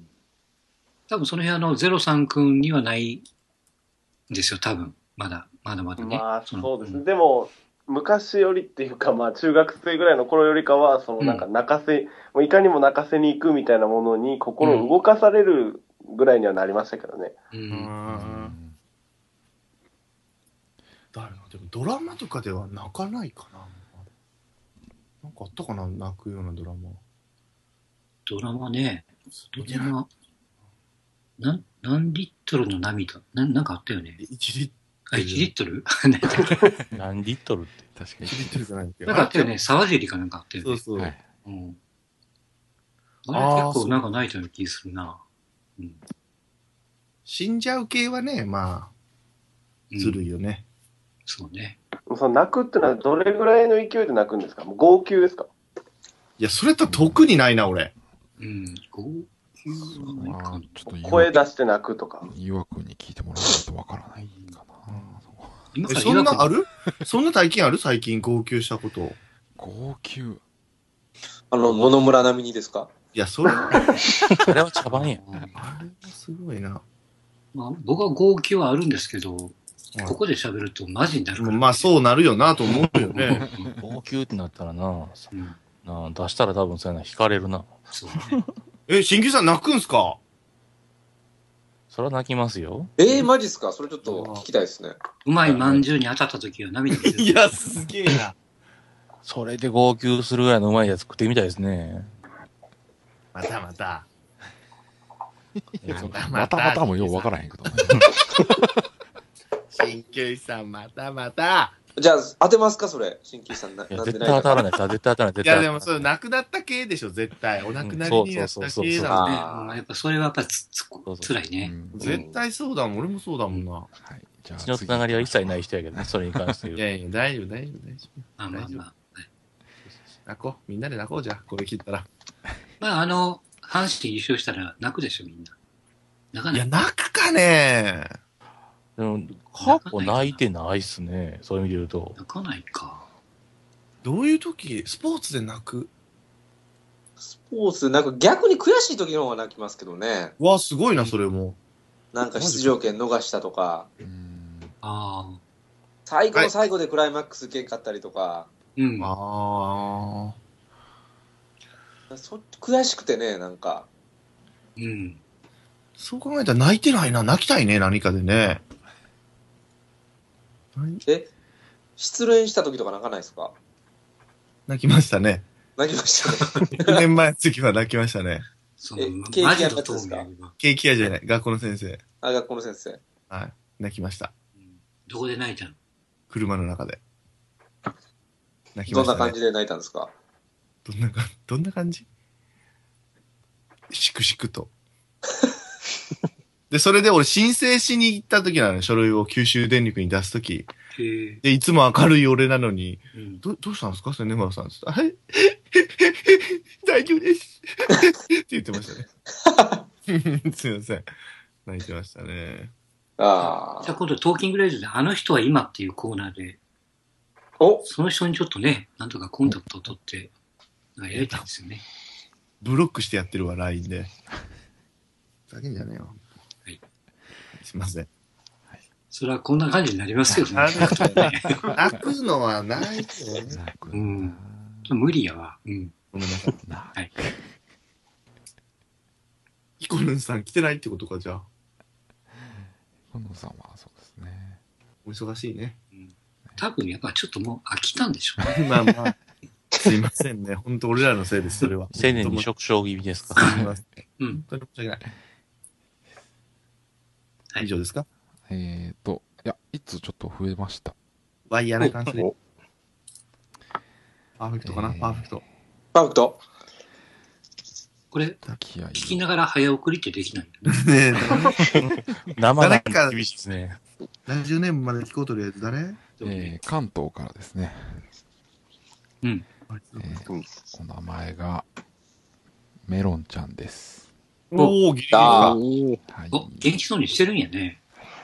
多分その辺あの、ゼロさん君にはないんですよ、多分。まだ、まだまだね。 まあ、 そそうですね。 ん、 でも、昔よりっていうか、まあ、中学生ぐらいの頃よりかは、そのなんか泣かせ、うん、もういかにも泣かせに行くみたいなものに心を動かされるぐらいにはなりましたけどね。うん。うんだでもドラマとかでは泣かないかな。なんかあったかな、泣くようなドラマ。 ドラマね。ドラマ。なん何リットルの涙な、なんかあったよね。 いちリットル。 あ、いちリットル何リットルって。 確かにいちリットルじゃないけど。 なんかあったよね。沢尻かなんかあったよね。 そうそう。はい、 うん。あれ結構なんか泣いたような気するな。うん。 死んじゃう系はね、まあ、ずるいよね。 うん、そうね。 その泣くってのはどれぐらいの勢いで泣くんですか？もう号泣ですか？ いや、それと特にないな、俺。 うん。号泣はないかな。 ちょっと声出して泣くとか。 岩君に聞いてもらわないとわからないかな。 今からそんなあるそんな体験ある最近号泣したこと。 号泣。 あの、野々村並みにですか？ いや、それは。 あれは茶番や。 あれはすごいな。 まあ、僕は号泣はあるんですけど、ここで喋るとマジになるから、ね。 まあそうなるよなと思うよね。 号泣ってなったらな、うん、な出したら多分そういうの惹かれるな。 そうね。 え、新旧さん泣くんすか？ それは泣きますよ。 えー、マジっすか？それちょっと聞きたいですね。 うまいまんじゅうに当たった時は涙出る。 いや、すげえな。 それで号泣するぐらいのうまいやつ食ってみたいですね。 またまた。 またまたまたもようわからへんけどね。 新旧さん、またまた。 じゃあ、当てますかそれ。新旧さんな。 いや、絶対当たらない。絶対当たらない。 いや、でもそれ、亡くなった系でしょ、絶対。お亡くなりになった系だもんね。やっぱそれはやっぱつつ辛いね。 絶対そうだもん。俺もそうだもんな。はい。 じゃあ、血のつながりは一切ない人やけどね、それに関して言う。 いやいや、大丈夫、大丈夫、大丈夫。 まあまあまあ。 泣こう。みんなで泣こうじゃ、これ切ったら。 まあ、あの、阪神優勝したら泣くでしょ、みんな。泣かない。 いや、泣くかね。 でも、過去泣いてないっすね。そういう意味で言うと。 泣かないか。 どういう時、スポーツで泣く？ スポーツで泣く、逆に悔しい時の方が泣きますけどね。 わあ、すごいな、それも。 なんか出場権逃したとか。 うん。ああ。 最後の最後でクライマックスけんかったりとか。 うん。 ああ。そ悔しくてね、なんか。 うん。 そう考えたら泣いてないな。泣きたいね、何かでね。 え、失恋した時とか泣かないですか？ 泣きましたね。 泣きましたね。 ろくねんまえの時は泣きましたね。 え、ケーキ屋のやつですか？ ケーキ屋じゃない、学校の先生。 あ、学校の先生。 はい。泣きました。 どこで泣いたの？ 車の中で。泣きましたね。 どんな感じで泣いたんですか？ どんなか、どんな感じ？しくしくと。で、それで俺申請しに行った時なの、書類を九州電力に出す時。で、いつも明るい俺なのに、うん、ど、どうしたんですかそれ根室さんです。はい。大丈夫です。って言ってましたね。すいません。泣いてましたね。 ああ。 じゃあ今度トーキングレイズであの人は今っていうコーナーで、 おその人にちょっとね、なんとかコンタクトを取って、なんかやりたいんですよね。 ブロックしてやってるわ、ライン で。ふざけんじゃねえよ。 はい。 すいません。 はい。それはこんな感じになりますよね。 泣くのはないよね。 うん。無理やわ。うん。 ごめんなさい。 はい。 ヒコルンさん来てないってことか、じゃあ。 ヒコルンさんはそうですね。 お忙しいね。 うん、多分やっぱちょっともう飽きたんでしょうね。まあまあ。すいませんね。本当俺らのせいです、それは。 青年に食傷気味ですか？ すいません。うん。本当に申し訳ない。はい。以上ですか？ えーと、いや、いつちょっと増えました。 ワイヤーな感じで。パーフェクトかな、えー、パーフェクト。 パーフェクトこれ、聞きながら早送りってできないんだね。ねえ。生が厳しいですね。 ラジオネームまで聞こうとるやつ誰？ えー、関東からですね。 うん。 えー、お名前が、メロンちゃんです。 おー、元気だ。 はい。お、元気そうにしてるんやね。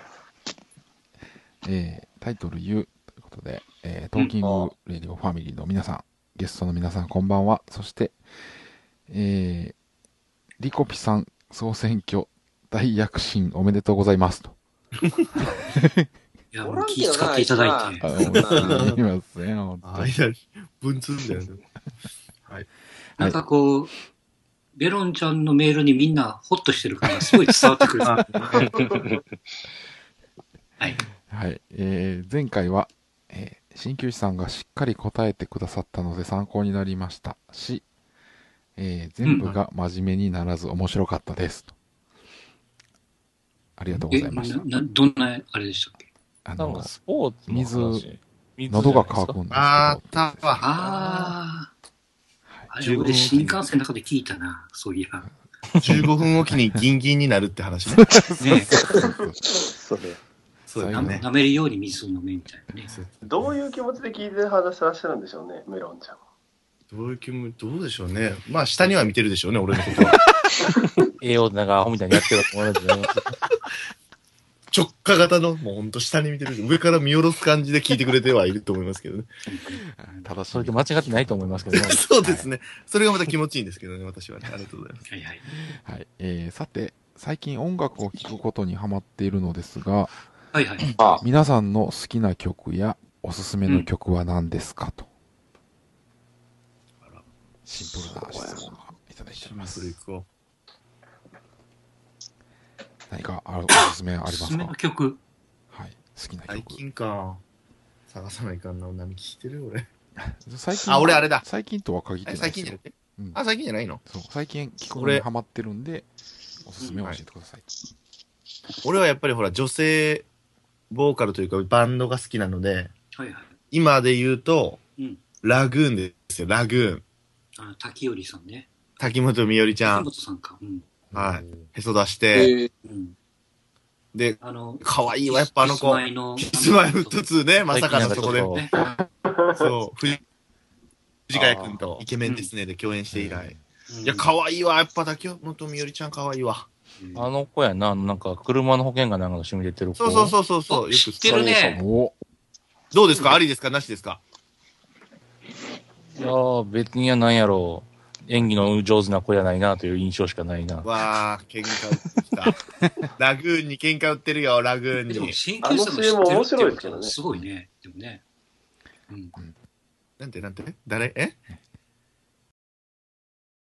えー、タイトル言うということで、えー、トーキングレディオファミリーの皆さん、ゲストの皆さんこんばんは。そして、えー、リコピさん総選挙大躍進おめでとうございますと。 いや、もう気遣っていただいて。 すみません、本当に。 文通だよね。はい。 なんかこう、ベロンちゃんのメールにみんなホッとしてる感がすごい伝わってくる。はい。 はい。えー、前回は、えー、鍼灸師さんがしっかり答えてくださったので参考になりましたし、えー、全部が真面目にならず面白かったです。うん、ありがとうございました。 ななどんなあれでしたっけ？ あの、 スポーツの水、喉が渇くんですけど。 あー、たわ。 あー。あれ、俺新幹線の中で聞いたな、そういや。 じゅうごふんおきにギンギンになるって話ね。 ねそれ。 そうよね。 舐めるように水を飲めみたいなね。 どういう気持ちで聞いて話してらっしゃるんでしょうね、メロンちゃん。 どういう気持ち、どうでしょうね。まあ、下には見てるでしょうね、俺のことは。 栄養なんかアホみたいにやってると思いますね。 直下型の、もうほんと下に見てる。上から見下ろす感じで聞いてくれてはいると思いますけどね。 ただしそれで間違ってないと思いますけどね。 そうですね、はい。それがまた気持ちいいんですけどね、私はね。ありがとうございます。 はいはい。 はい。えー、さて、最近音楽を聴くことにハマっているのですが、 はいはい。 皆さんの好きな曲やおすすめの曲は何ですか、うん、と。シンプルな質問がいただいております。何かあおすすめありますか？ おすすめの曲。 はい。好きな曲。 最近か。探さないかんな。何聞いてる俺。 最近。 あ、俺あれだ。 最近とは限ってないですよ。 最近じゃなくて、 うん、 あ、最近じゃないの？ そう。最近聞くのにハマってるんで、おすすめを教えてください。 俺はやっぱりほら、女性ボーカルというかバンドが好きなので、 はいはい、 今で言うと、 うん、 ラグーンですよ、ラグーン。 あの、滝織さんね。 滝本美織ちゃん。 滝本さんか。うん、 はい。へそ出して、 うん、 で、 あの、 可愛いわ、やっぱあの子。キスマイフットツーね、まさかのそこで。ね、そう、藤ヶ谷くんとイケメンですねで共演して以来。うん、いや、可愛いわ、やっぱ滝本美織ちゃん可愛いわ。 あの子やな、なんか車の保険がなんかの趣味で出てる子。 そうそうそうそう。よく知ってるね。 どうですか？ありですか？なしですか？ いやー、別にはなんやろう。演技の上手な子やないなという印象しかないな。 わー、喧嘩売ってきた。ラグーンに喧嘩売ってるよ、ラグーンに。 でも、新旧さんも知ってるって面白いですけどね。すごいね。でもね。 うん。なんてなんて誰え